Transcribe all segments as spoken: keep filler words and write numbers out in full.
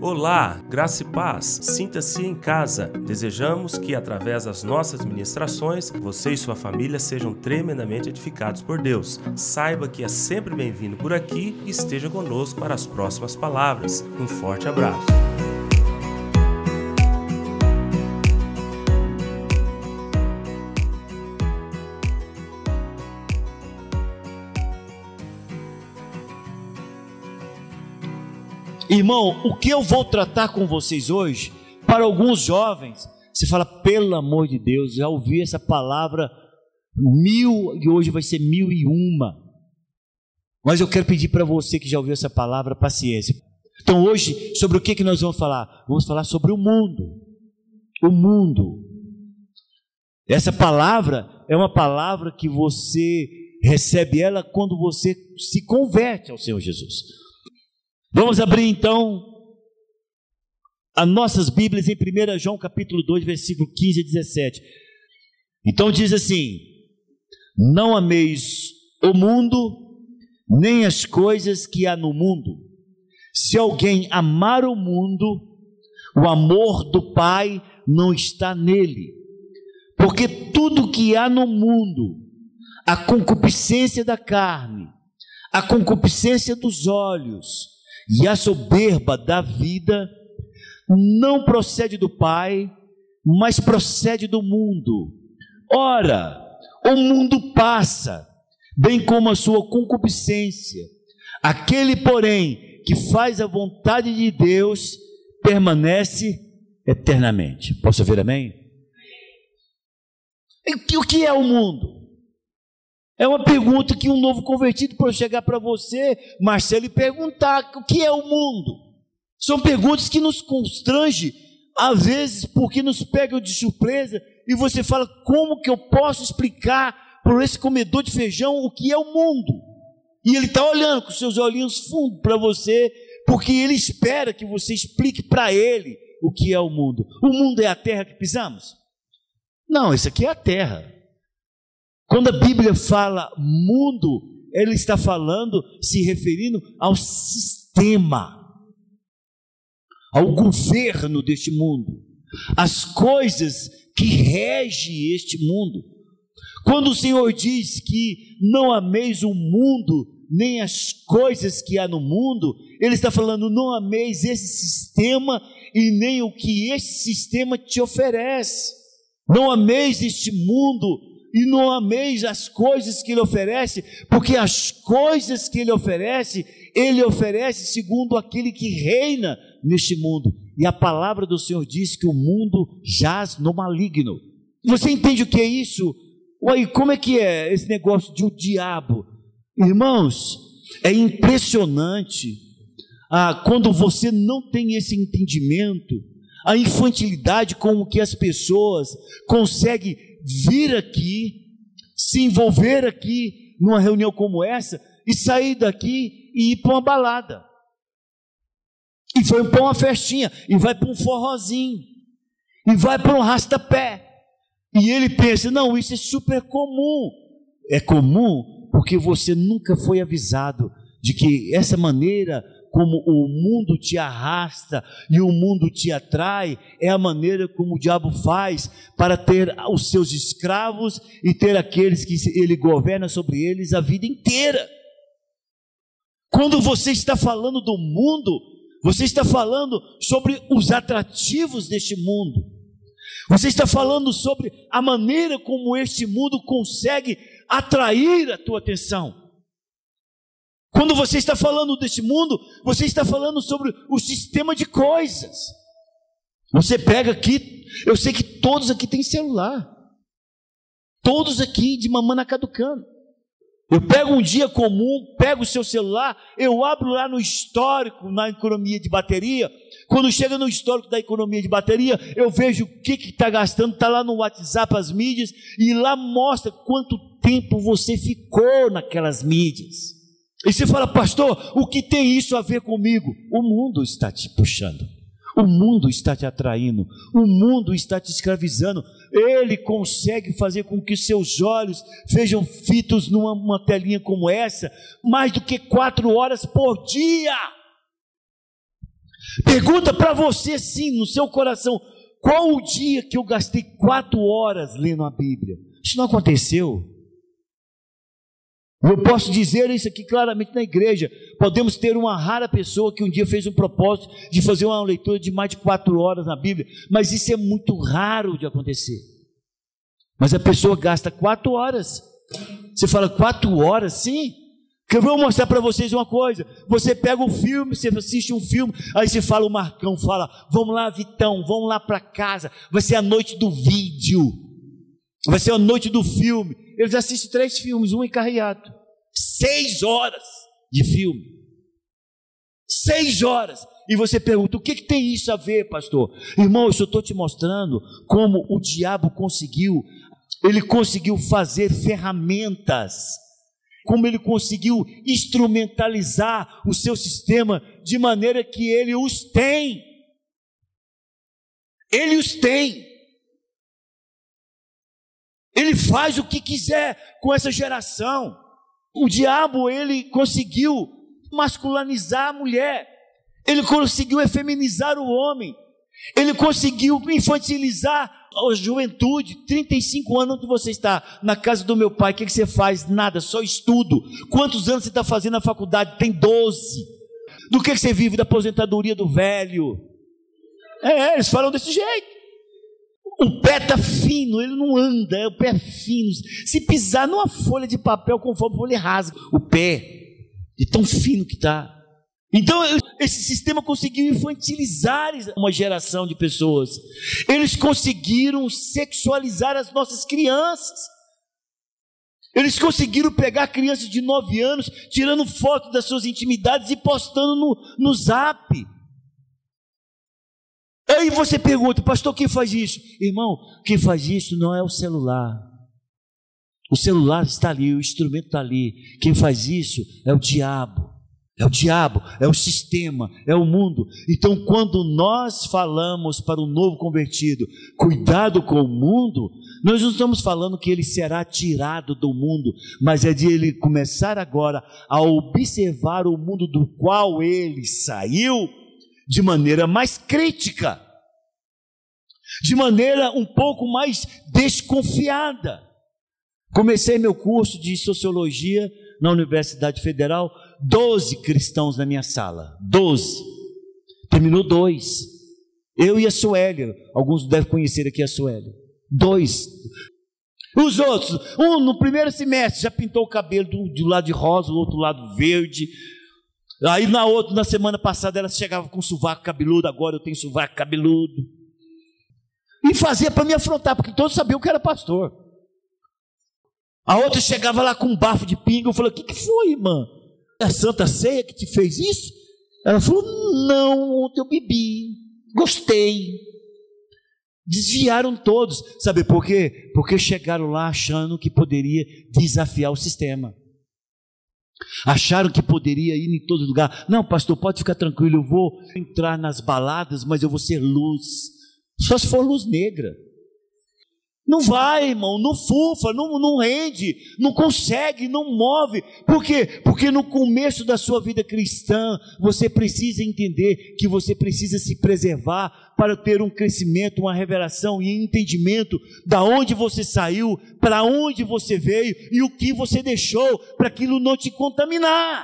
Olá, graça e paz, sinta-se em casa. Desejamos que através das nossas ministrações, você e sua família sejam tremendamente edificados por Deus. Saiba que é sempre bem-vindo por aqui e esteja conosco para as próximas palavras. Um forte abraço. Irmão, o que eu vou tratar com vocês hoje, para alguns jovens, você fala, pelo amor de Deus, já ouvi essa palavra mil, e hoje vai ser mil e uma, mas eu quero pedir para você que já ouviu essa palavra, paciência. Então hoje, sobre o que, que nós vamos falar? Vamos falar sobre o mundo, o mundo. Essa palavra é uma palavra que você recebe ela quando você se converte ao Senhor Jesus. Vamos abrir então as nossas Bíblias em primeiro João capítulo dois, versículo quinze a dezessete. Então diz assim: não ameis o mundo, nem as coisas que há no mundo. Se alguém amar o mundo, o amor do Pai não está nele. Porque tudo que há no mundo, a concupiscência da carne, a concupiscência dos olhos e a soberba da vida, não procede do Pai, mas procede do mundo. Ora, o mundo passa, bem como a sua concupiscência. Aquele, porém, que faz a vontade de Deus, permanece eternamente. Posso ouvir amém? E o que é o mundo? É uma pergunta que um novo convertido pode chegar para você, Marcelo, e perguntar: o que é o mundo? São perguntas que nos constrangem, às vezes, porque nos pegam de surpresa, e você fala: como que eu posso explicar para esse comedor de feijão o que é o mundo? E ele está olhando com seus olhinhos fundos para você, porque ele espera que você explique para ele o que é o mundo. O mundo é a terra que pisamos? Não, isso aqui é a terra. Quando a Bíblia fala mundo, ela está falando, se referindo ao sistema, ao governo deste mundo, as coisas que regem este mundo. Quando o Senhor diz que não ameis o mundo, nem as coisas que há no mundo, Ele está falando, não ameis esse sistema e nem o que esse sistema te oferece. Não ameis este mundo e não ameis as coisas que Ele oferece, porque as coisas que Ele oferece, Ele oferece segundo aquele que reina neste mundo. E a palavra do Senhor diz que o mundo jaz no maligno. Você entende o que é isso? Ué, como é que é esse negócio de o diabo? Irmãos, é impressionante ah, quando você não tem esse entendimento, a infantilidade com que as pessoas conseguem vir aqui, se envolver aqui numa reunião como essa e sair daqui e ir para uma balada, e foi para uma festinha, e vai para um forrozinho, e vai para um rastapé, e ele pensa, não, isso é super comum. É comum porque você nunca foi avisado de que essa maneira como o mundo te arrasta e o mundo te atrai, é a maneira como o diabo faz para ter os seus escravos e ter aqueles que ele governa sobre eles a vida inteira. Quando você está falando do mundo, você está falando sobre os atrativos deste mundo, você está falando sobre a maneira como este mundo consegue atrair a tua atenção. Quando você está falando deste mundo, você está falando sobre o sistema de coisas. Você pega aqui, eu sei que todos aqui têm celular, todos aqui de mamãe na caducando. Eu pego um dia comum, pego o seu celular, eu abro lá no histórico, na economia de bateria. Quando chega no histórico da economia de bateria, eu vejo o que está gastando, está lá no WhatsApp, as mídias, e lá mostra quanto tempo você ficou naquelas mídias. E você fala, pastor, o que tem isso a ver comigo? O mundo está te puxando, o mundo está te atraindo, o mundo está te escravizando. Ele consegue fazer com que seus olhos sejam fitos numa uma telinha como essa, mais do que quatro horas por dia. Pergunta para você, sim, no seu coração: qual o dia que eu gastei quatro horas lendo a Bíblia? Isso não aconteceu. Eu posso dizer isso aqui claramente na igreja. Podemos ter uma rara pessoa que um dia fez um propósito de fazer uma leitura de mais de quatro horas na Bíblia, mas isso é muito raro de acontecer. Mas a pessoa gasta quatro horas. Você fala, quatro horas? Sim. Eu vou mostrar para vocês uma coisa. Você pega um filme, você assiste um filme, aí você fala, o Marcão fala, vamos lá, Vitão, vamos lá para casa, vai ser a noite do vídeo, vai ser a noite do filme. Eles assistem três filmes, um encarreado, seis horas de filme, seis horas, e você pergunta, o que, que tem isso a ver, pastor? Irmão, eu só estou te mostrando como o diabo conseguiu, ele conseguiu fazer ferramentas, como ele conseguiu instrumentalizar o seu sistema, de maneira que ele os tem, ele os tem, ele faz o que quiser com essa geração. O diabo, ele conseguiu masculinizar a mulher, ele conseguiu efeminizar o homem, ele conseguiu infantilizar a juventude. Trinta e cinco anos onde você está, na casa do meu pai, o que, que você faz? Nada, só estudo. Quantos anos você está fazendo na faculdade? Tem doze. Do que, que você vive? Da aposentadoria do velho. É, eles falam desse jeito. O pé está fino, ele não anda, é o pé fino. Se pisar numa folha de papel, conforme ele rasga o pé, de tão fino que está. Então, esse sistema conseguiu infantilizar uma geração de pessoas. Eles conseguiram sexualizar as nossas crianças. Eles conseguiram pegar crianças de nove anos, tirando foto das suas intimidades e postando no, no Zap. Aí você pergunta, pastor, quem faz isso? Irmão, quem faz isso não é o celular. O celular está ali, o instrumento está ali. Quem faz isso é o diabo. É o diabo, é o sistema, é o mundo. Então, quando nós falamos para o novo convertido, cuidado com o mundo, nós não estamos falando que ele será tirado do mundo, mas é de ele começar agora a observar o mundo do qual ele saiu de maneira mais crítica, de maneira um pouco mais desconfiada. Comecei meu curso de sociologia na Universidade Federal, doze cristãos na minha sala, doze, terminou dois, eu e a Suélia, alguns devem conhecer aqui a Suélia, dois, os outros, um no primeiro semestre já pintou o cabelo do, do lado de rosa, o outro lado verde, aí na outra, na semana passada ela chegava com sovaco cabeludo, agora eu tenho sovaco cabeludo, e fazia para me afrontar, porque todos sabiam que eu era pastor. A outra chegava lá com um bafo de pinga, eu falei, o que, que foi, irmã? É a Santa Ceia que te fez isso? Ela falou, não, ontem eu bebi, gostei. Desviaram todos, sabe por quê? Porque chegaram lá achando que poderia desafiar o sistema, acharam que poderia ir em todo lugar. Não, pastor, pode ficar tranquilo, eu vou entrar nas baladas, mas eu vou ser luz, só se for luz negra. Não vai, irmão, não fufa, não, não rende, não consegue, não move. Por quê? Porque no começo da sua vida cristã, você precisa entender que você precisa se preservar para ter um crescimento, uma revelação e entendimento da onde você saiu, para onde você veio e o que você deixou, para aquilo não te contaminar.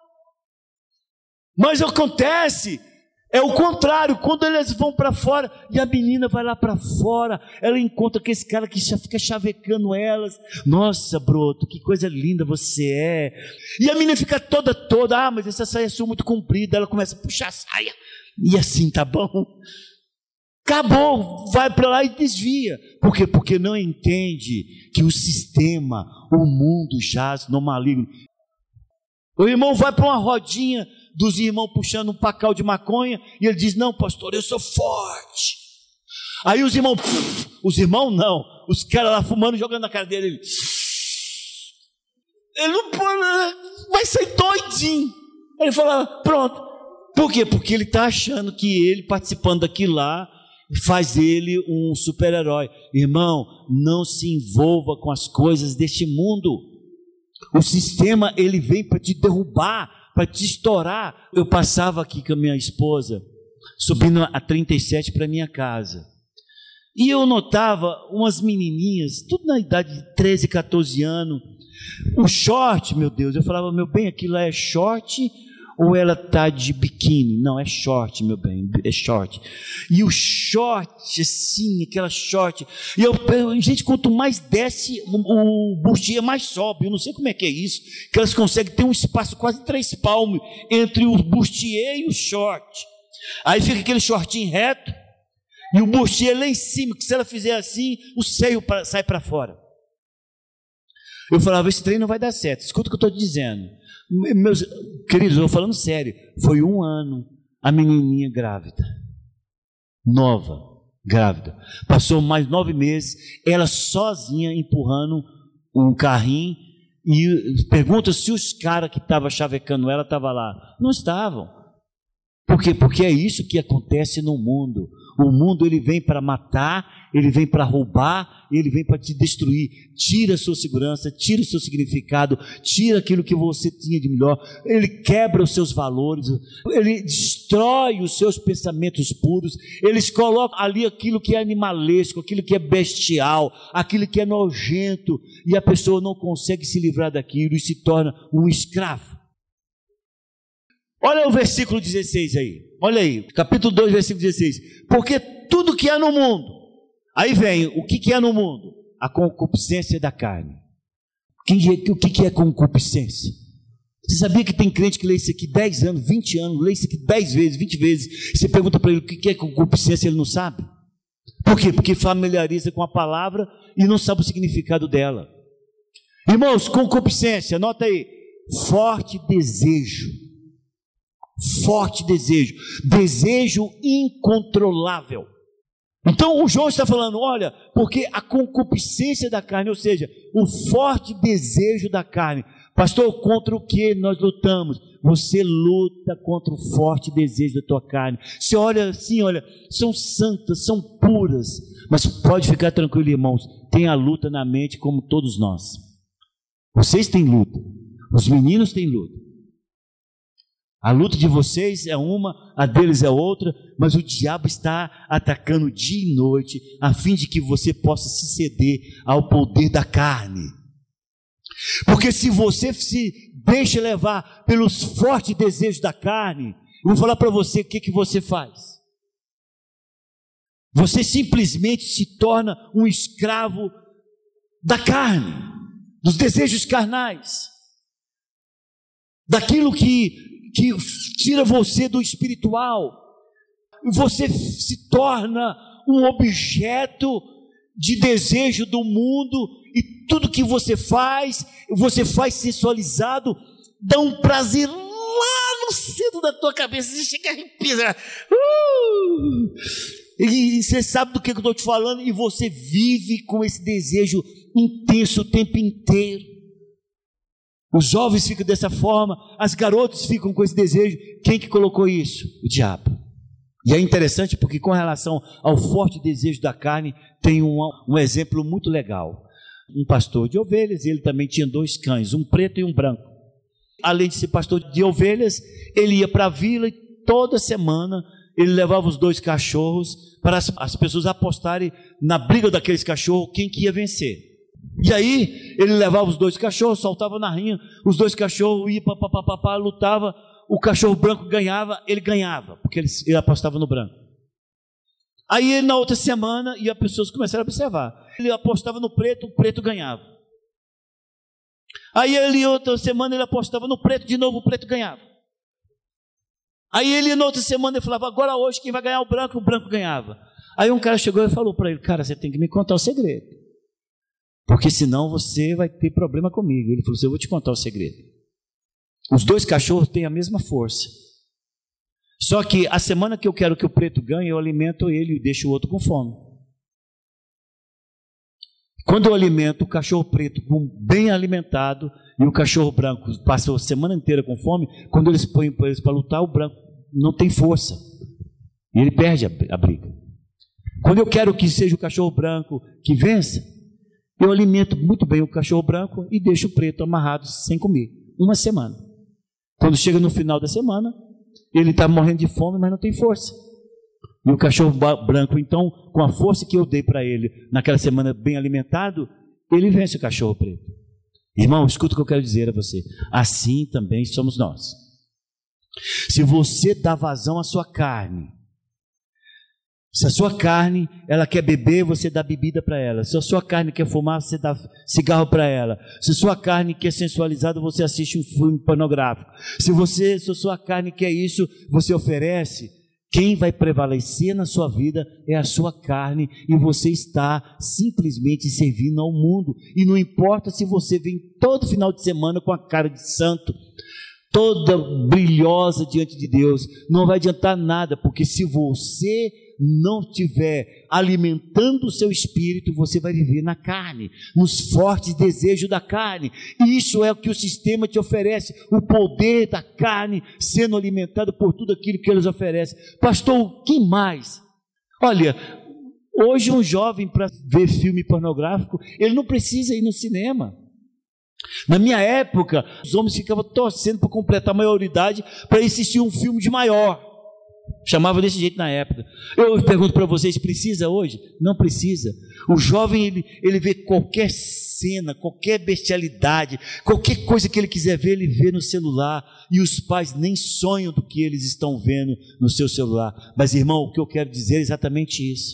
Mas acontece... é o contrário, quando eles vão para fora, e a menina vai lá para fora, ela encontra com esse cara que já fica chavecando elas, nossa broto, que coisa linda você é, e a menina fica toda, toda, ah, mas essa saia é sua muito comprida, ela começa a puxar a saia, e assim, tá bom, acabou, vai para lá e desvia, por quê? Porque não entende que o sistema, o mundo jaz no maligno. O irmão vai para uma rodinha, dos irmãos puxando um pacal de maconha, e ele diz, não pastor, eu sou forte. Aí os irmãos, pff, os irmãos não, os caras lá fumando, jogando na cara dele, ele, ele não vai sair doidinho. Ele fala, pronto. Por quê? Porque ele está achando que ele participando daquilo lá, faz ele um super-herói. Irmão, não se envolva com as coisas deste mundo. O sistema, ele vem para te derrubar, para te estourar. Eu passava aqui com a minha esposa, subindo a trinta e sete para minha casa. E eu notava umas menininhas, tudo na idade de treze, catorze anos. O short, meu Deus, eu falava, meu bem, aquilo é short ou ela está de biquíni? Não, é short, meu bem, é short. E o short, assim, aquela short. E eu, eu gente, quanto mais desce, o, o bustier mais sobe. Eu não sei como é que é isso, que elas conseguem ter um espaço quase três palmos entre o bustier e o short. Aí fica aquele shortinho reto e o bustier lá em cima, que se ela fizer assim, o seio pra, sai para fora. Eu falava, esse trem não vai dar certo. Escuta o que eu estou dizendo. Meus queridos, eu estou falando sério. Foi um ano, a menininha grávida. Nova, grávida. Passou mais nove meses, ela sozinha empurrando um carrinho. E pergunta se os caras que estavam chavecando ela estavam lá. Não estavam. Por quê? Porque é isso que acontece no mundo. O mundo, ele vem para matar, ele vem para roubar, ele vem para te destruir. Tira a sua segurança, tira o seu significado, tira aquilo que você tinha de melhor. Ele quebra os seus valores, ele destrói os seus pensamentos puros. Eles colocam ali aquilo que é animalesco, aquilo que é bestial, aquilo que é nojento, e a pessoa não consegue se livrar daquilo e se torna um escravo. Olha o versículo dezesseis aí, olha aí, capítulo dois, versículo dezesseis. Porque tudo que há no mundo, aí vem, o que, que é no mundo? A concupiscência da carne. O que, que é concupiscência? Você sabia que tem crente que lê isso aqui dez anos, vinte anos, lê isso aqui dez vezes, vinte vezes, você pergunta para ele o que, que é concupiscência, ele não sabe? Por quê? Porque familiariza com a palavra e não sabe o significado dela. Irmãos, concupiscência, anota aí, forte desejo. Forte desejo, desejo incontrolável. Então o João está falando, olha, porque a concupiscência da carne, ou seja, o forte desejo da carne. Pastor, contra o que nós lutamos? Você luta contra o forte desejo da tua carne. Você olha assim, olha, são santas, são puras, mas pode ficar tranquilo, irmãos, tem a luta na mente como todos nós. Vocês têm luta, os meninos têm luta. A luta de vocês é uma, a deles é outra, mas o diabo está atacando dia e noite, a fim de que você possa se ceder ao poder da carne. Porque se você se deixa levar pelos fortes desejos da carne, eu vou falar para você o que, que você faz. Você simplesmente se torna um escravo da carne, dos desejos carnais, daquilo que que tira você do espiritual. Você se torna um objeto de desejo do mundo, e tudo que você faz, você faz sensualizado, dá um prazer lá no centro da tua cabeça, você chega a arrepiar, uh! e você sabe do que eu estou te falando, e você vive com esse desejo intenso o tempo inteiro. Os jovens ficam dessa forma, as garotas ficam com esse desejo. Quem que colocou isso? O diabo. E é interessante porque com relação ao forte desejo da carne, tem um, um exemplo muito legal. Um pastor de ovelhas, ele também tinha dois cães, um preto e um branco. Além de ser pastor de ovelhas, ele ia para a vila e toda semana ele levava os dois cachorros para as, as pessoas apostarem na briga daqueles cachorros, quem que ia vencer. E aí, ele levava os dois cachorros, soltava na rinha, os dois cachorros iam, papapá, lutava, o cachorro branco ganhava, ele ganhava, porque ele, ele apostava no branco. Aí, na outra semana, e as pessoas começaram a observar, ele apostava no preto, o preto ganhava. Aí, ele, outra semana, ele apostava no preto, de novo o preto ganhava. Aí, ele, na outra semana, ele falava, agora hoje, quem vai ganhar o branco, o branco ganhava. Aí, um cara chegou e falou para ele, cara, você tem que me contar o segredo. Porque senão você vai ter problema comigo. Ele falou assim, eu vou te contar o segredo. Os dois cachorros têm a mesma força. Só que a semana que eu quero que o preto ganhe, eu alimento ele e deixo o outro com fome. Quando eu alimento o cachorro preto bem alimentado e o cachorro branco passa a semana inteira com fome, quando eles põem eles para lutar, o branco não tem força. E ele perde a, a briga. Quando eu quero que seja o cachorro branco que vença, eu alimento muito bem o cachorro branco e deixo o preto amarrado sem comer, uma semana. Quando chega no final da semana, ele está morrendo de fome, mas não tem força. E o cachorro branco, então, com a força que eu dei para ele naquela semana bem alimentado, ele vence o cachorro preto. Irmão, escuta o que eu quero dizer a você. Assim também somos nós. Se você dá vazão à sua carne, se a sua carne, ela quer beber, você dá bebida para ela. Se a sua carne quer fumar, você dá cigarro para ela. Se a sua carne quer sensualizada, você assiste um filme pornográfico. Se você, se a sua carne quer isso, você oferece. Quem vai prevalecer na sua vida é a sua carne, e você está simplesmente servindo ao mundo. E não importa se você vem todo final de semana com a cara de santo, toda brilhosa diante de Deus, não vai adiantar nada, porque se você não estiver alimentando o seu espírito, você vai viver na carne, nos fortes desejos da carne. E isso é o que o sistema te oferece, o poder da carne sendo alimentado por tudo aquilo que eles oferecem. Pastor, quem mais? Olha, hoje um jovem para ver filme pornográfico, ele não precisa ir no cinema. Na minha época, os homens ficavam torcendo para completar a maioridade para assistir um filme de maior. Chamava desse jeito na época. Eu pergunto para vocês, precisa hoje? Não precisa. O jovem, ele, ele vê qualquer cena, qualquer bestialidade, qualquer coisa que ele quiser ver, ele vê no celular. E os pais nem sonham do que eles estão vendo no seu celular. Mas, irmão, o que eu quero dizer é exatamente isso.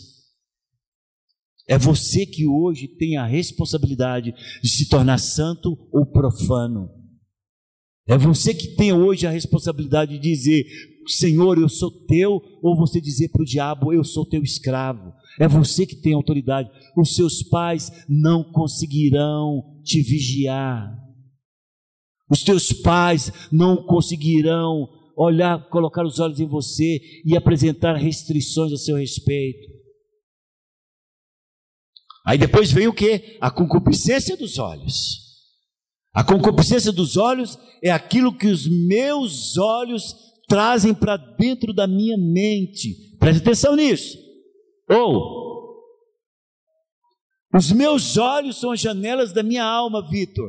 É você que hoje tem a responsabilidade de se tornar santo ou profano. É você que tem hoje a responsabilidade de dizer: Senhor, eu sou teu, ou você dizer para o diabo: eu sou teu escravo. É você que tem autoridade. Os seus pais não conseguirão te vigiar. Os teus pais não conseguirão olhar, colocar os olhos em você e apresentar restrições a seu respeito. Aí depois vem o quê? A concupiscência dos olhos. A concupiscência dos olhos é aquilo que os meus olhos trazem para dentro da minha mente. Preste atenção nisso. Ou, os meus olhos são as janelas da minha alma, Vitor.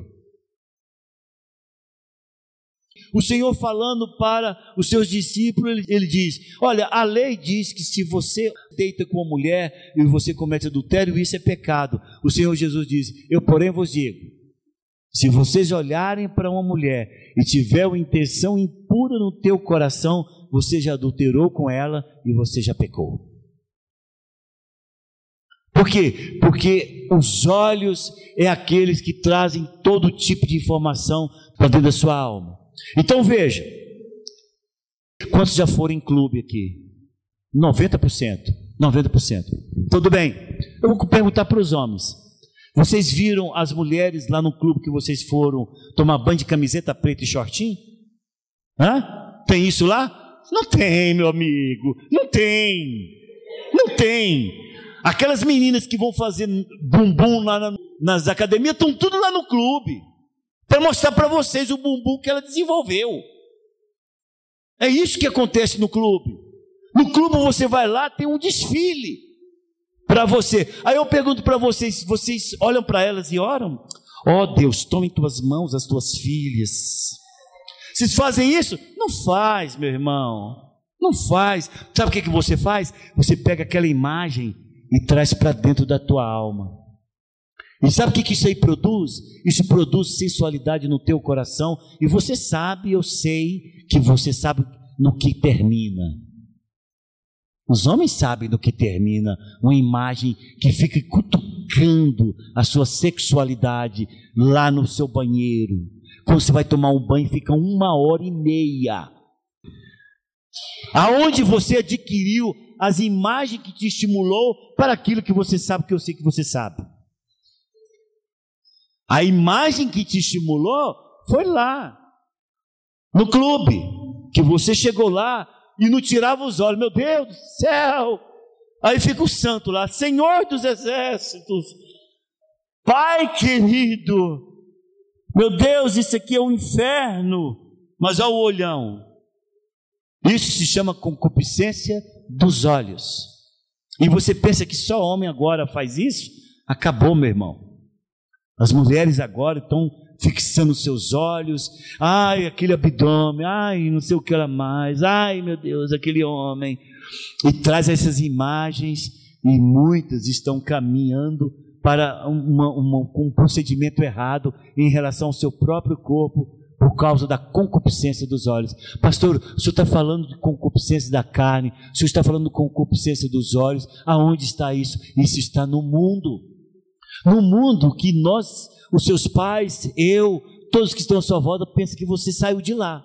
O Senhor falando para os seus discípulos, ele, ele diz: olha, a lei diz que se você deita com uma mulher e você comete adultério, isso é pecado. O Senhor Jesus diz: eu porém vos digo, se vocês olharem para uma mulher e tiver uma intenção impura no teu coração, você já adulterou com ela e você já pecou. Por quê? Porque os olhos é aqueles que trazem todo tipo de informação para dentro da sua alma. Então veja, quantos já foram em clube aqui? noventa por cento, noventa por cento. Tudo bem, eu vou perguntar para os homens: vocês viram as mulheres lá no clube que vocês foram tomar banho de camiseta preta e shortinho? Hã? Tem isso lá? Não tem, meu amigo, não tem, não tem. Aquelas meninas que vão fazer bumbum lá na, nas academias estão tudo lá no clube, para mostrar para vocês o bumbum que ela desenvolveu. É isso que acontece no clube. No clube você vai lá, tem um desfile para você. Aí eu pergunto para vocês: vocês olham para elas e oram? Ó oh, Deus, toma em tuas mãos as tuas filhas. Vocês fazem isso? Não faz, meu irmão, não faz. Sabe o que, que você faz? Você pega aquela imagem e traz para dentro da tua alma. E sabe o que, que isso aí produz? Isso produz sensualidade no teu coração. E você sabe, eu sei que você sabe no que termina. Os homens sabem do que termina uma imagem que fica cutucando a sua sexualidade lá no seu banheiro. Quando você vai tomar um banho, fica uma hora e meia. Aonde você adquiriu as imagens que te estimulou para aquilo que você sabe, que eu sei que você sabe. A imagem que te estimulou foi lá, no clube, que você chegou lá e não tirava os olhos. Meu Deus do céu! Aí fica o santo lá: Senhor dos exércitos, Pai querido, meu Deus, isso aqui é um inferno. Mas olha o olhão. Isso se chama concupiscência dos olhos. E você pensa que só homem agora faz isso? Acabou, meu irmão. As mulheres agora estão fixando seus olhos, ai, aquele abdômen, ai, não sei o que era mais, ai, meu Deus, aquele homem, e traz essas imagens, e muitas estão caminhando para uma, uma, um procedimento errado em relação ao seu próprio corpo, por causa da concupiscência dos olhos. Pastor, o senhor está falando de concupiscência da carne, o senhor está falando de concupiscência dos olhos, aonde está isso? Isso está no mundo, no mundo que nós, os seus pais, eu, todos que estão à sua volta, pensam que você saiu de lá,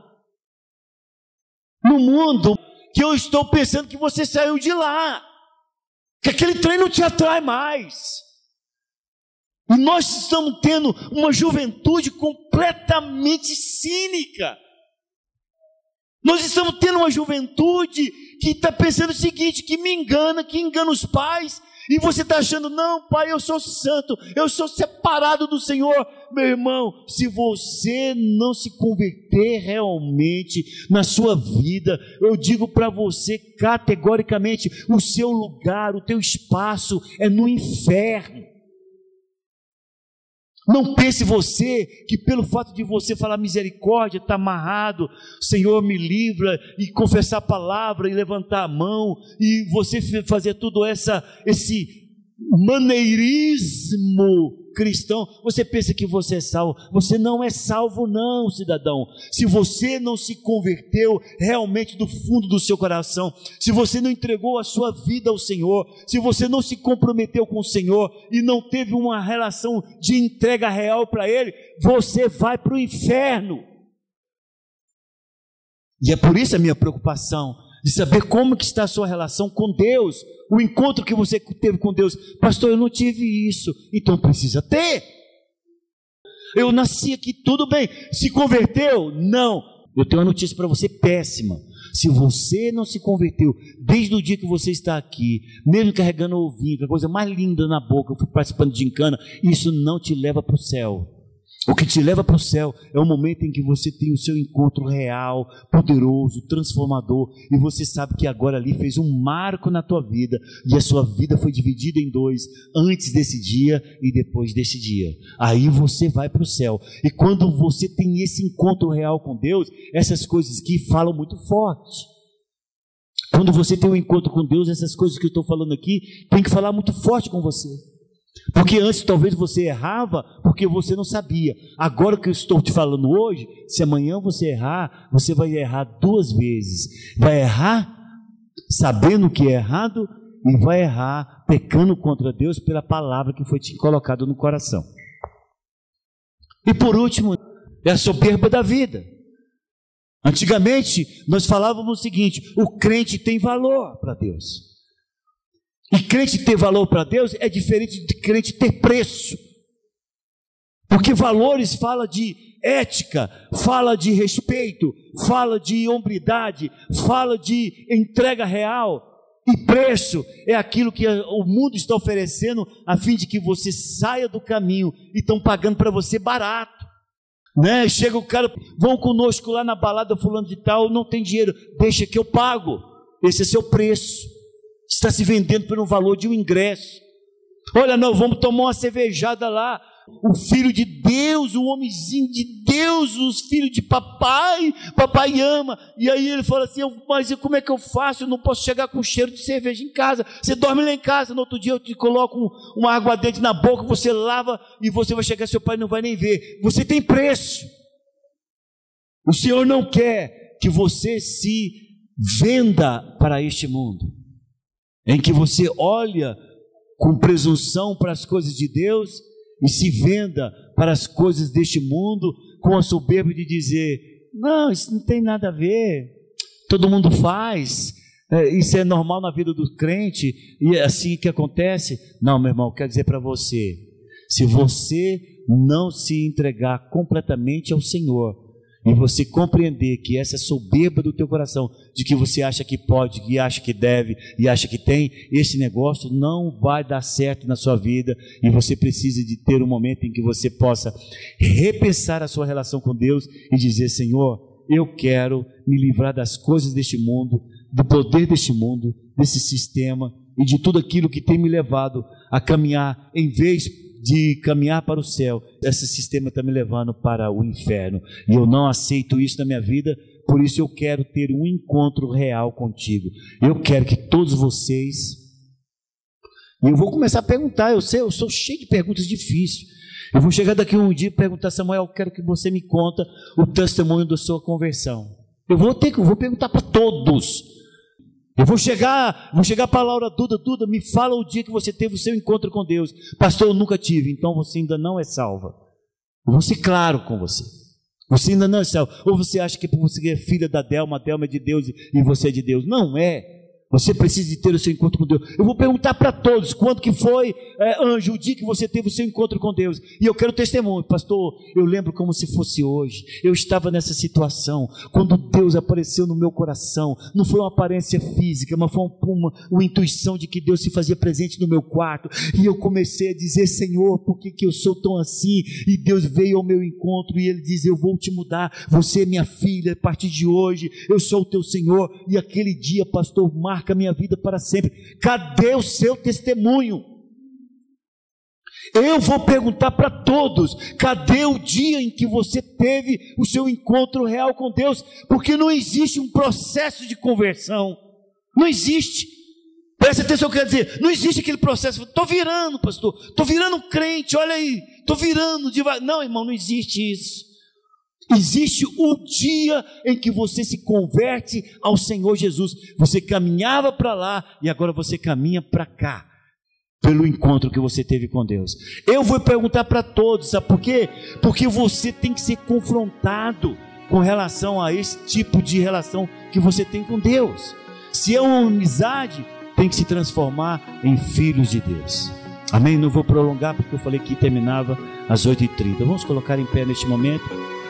no mundo que eu estou pensando que você saiu de lá, que aquele trem não te atrai mais. E nós estamos tendo uma juventude completamente cínica. Nós estamos tendo uma juventude que está pensando o seguinte, que me engana, que engana os pais, e você está achando, não, pai, eu sou santo, eu sou separado do Senhor. Meu irmão, se você não se converter realmente na sua vida, eu digo para você categoricamente, o seu lugar, o teu espaço é no inferno. Não pense você que pelo fato de você falar misericórdia, está amarrado, Senhor me livra, e confessar a palavra, e levantar a mão, e você fazer tudo essa, esse maneirismo cristão, você pensa que você é salvo. Você não é salvo não, cidadão. Se você não se converteu realmente do fundo do seu coração, se você não entregou a sua vida ao Senhor, se você não se comprometeu com o Senhor e não teve uma relação de entrega real para Ele, você vai para o inferno. E é por isso a minha preocupação de saber como que está a sua relação com Deus, o encontro que você teve com Deus. Pastor, eu não tive isso. Então precisa ter. Eu nasci aqui, tudo bem. Se converteu? Não. Eu tenho uma notícia para você péssima. Se você não se converteu, desde o dia que você está aqui, mesmo carregando o ovinho, que é a coisa mais linda na boca, eu fui participando de gincana, isso não te leva para o céu. O que te leva para o céu é o momento em que você tem o seu encontro real, poderoso, transformador, e você sabe que agora ali fez um marco na tua vida, e a sua vida foi dividida em dois, antes desse dia e depois desse dia. Aí você vai para o céu. E quando você tem esse encontro real com Deus, essas coisas que falam muito forte. Quando você tem um encontro com Deus, essas coisas que eu estou falando aqui, tem que falar muito forte com você. Porque antes talvez você errava porque você não sabia. Agora que eu estou te falando hoje, se amanhã você errar, você vai errar duas vezes. Vai errar sabendo que é errado e vai errar pecando contra Deus pela palavra que foi te colocada no coração. E por último, é a soberba da vida. Antigamente nós falávamos o seguinte: o crente tem valor para Deus. E crente ter valor para Deus é diferente de crente ter preço. Porque valores fala de ética, fala de respeito, fala de hombridade, fala de entrega real. E preço é aquilo que o mundo está oferecendo a fim de que você saia do caminho, e estão pagando para você barato. Né? Chega o cara, vão conosco lá na balada fulano de tal, não tem dinheiro, deixa que eu pago. Esse é seu preço. Está se vendendo por um valor de um ingresso. Olha, não, vamos tomar uma cervejada lá. O filho de Deus, o homenzinho de Deus, os filhos de papai, papai ama. E aí ele fala assim: mas como é que eu faço? Eu não posso chegar com cheiro de cerveja em casa. Você dorme lá em casa, no outro dia eu te coloco um, uma água dente na boca, você lava e você vai chegar, seu pai não vai nem ver. Você tem preço. O Senhor não quer que você se venda para este mundo, em que você olha com presunção para as coisas de Deus e se venda para as coisas deste mundo com a soberba de dizer: não, isso não tem nada a ver, todo mundo faz, é, isso é normal na vida do crente, e é assim que acontece. Não, meu irmão, quero dizer para você, se você não se entregar completamente ao Senhor, e você compreender que essa soberba do teu coração, de que você acha que pode, que acha que deve e acha que tem, esse negócio não vai dar certo na sua vida, e você precisa de ter um momento em que você possa repensar a sua relação com Deus e dizer: Senhor, eu quero me livrar das coisas deste mundo, do poder deste mundo, desse sistema e de tudo aquilo que tem me levado a caminhar em vez de caminhar para o céu, esse sistema está me levando para o inferno, e eu não aceito isso na minha vida. Por isso eu quero ter um encontro real contigo. Eu quero que todos vocês, e eu vou começar a perguntar, eu sei, eu sou cheio de perguntas difíceis. Eu vou chegar daqui um dia e perguntar: Samuel, eu quero que você me conta o testemunho da sua conversão. Eu vou ter que, eu vou perguntar para todos. Eu vou chegar, vou chegar para a Laura: Duda, Duda, me fala o dia que você teve o seu encontro com Deus. Pastor, eu nunca tive. Então você ainda não é salva. Eu vou ser claro com você. Você ainda não é salvo. Ou você acha que você é filha da Delma, a Delma é de Deus e você é de Deus? Não é. Você precisa de ter o seu encontro com Deus. Eu vou perguntar para todos: quando que foi, é, anjo, o dia que você teve o seu encontro com Deus? E eu quero testemunho. Pastor, eu lembro como se fosse hoje. Eu estava nessa situação, quando Deus apareceu no meu coração. Não foi uma aparência física, mas foi uma, uma, uma intuição de que Deus se fazia presente no meu quarto. E eu comecei a dizer: Senhor, por que, que eu sou tão assim? E Deus veio ao meu encontro e Ele diz: eu vou te mudar. Você é minha filha, a partir de hoje eu sou o teu Senhor. E aquele dia, pastor, marca a minha vida para sempre. Cadê o seu testemunho? Eu vou perguntar para todos: cadê o dia em que você teve o seu encontro real com Deus? Porque não existe um processo de conversão. Não existe. Presta atenção, eu quero dizer, não existe aquele processo: estou virando, pastor, estou virando crente, olha aí, estou virando devagar. Não, irmão, não existe isso. Existe o dia em que você se converte ao Senhor Jesus. Você caminhava para lá e agora você caminha para cá, pelo encontro que você teve com Deus. Eu vou perguntar para todos, sabe por quê? Porque você tem que ser confrontado com relação a esse tipo de relação que você tem com Deus. Se é uma amizade, tem que se transformar em filhos de Deus. Amém? Não vou prolongar porque eu falei que terminava às oito e trinta. Vamos colocar em pé neste momento.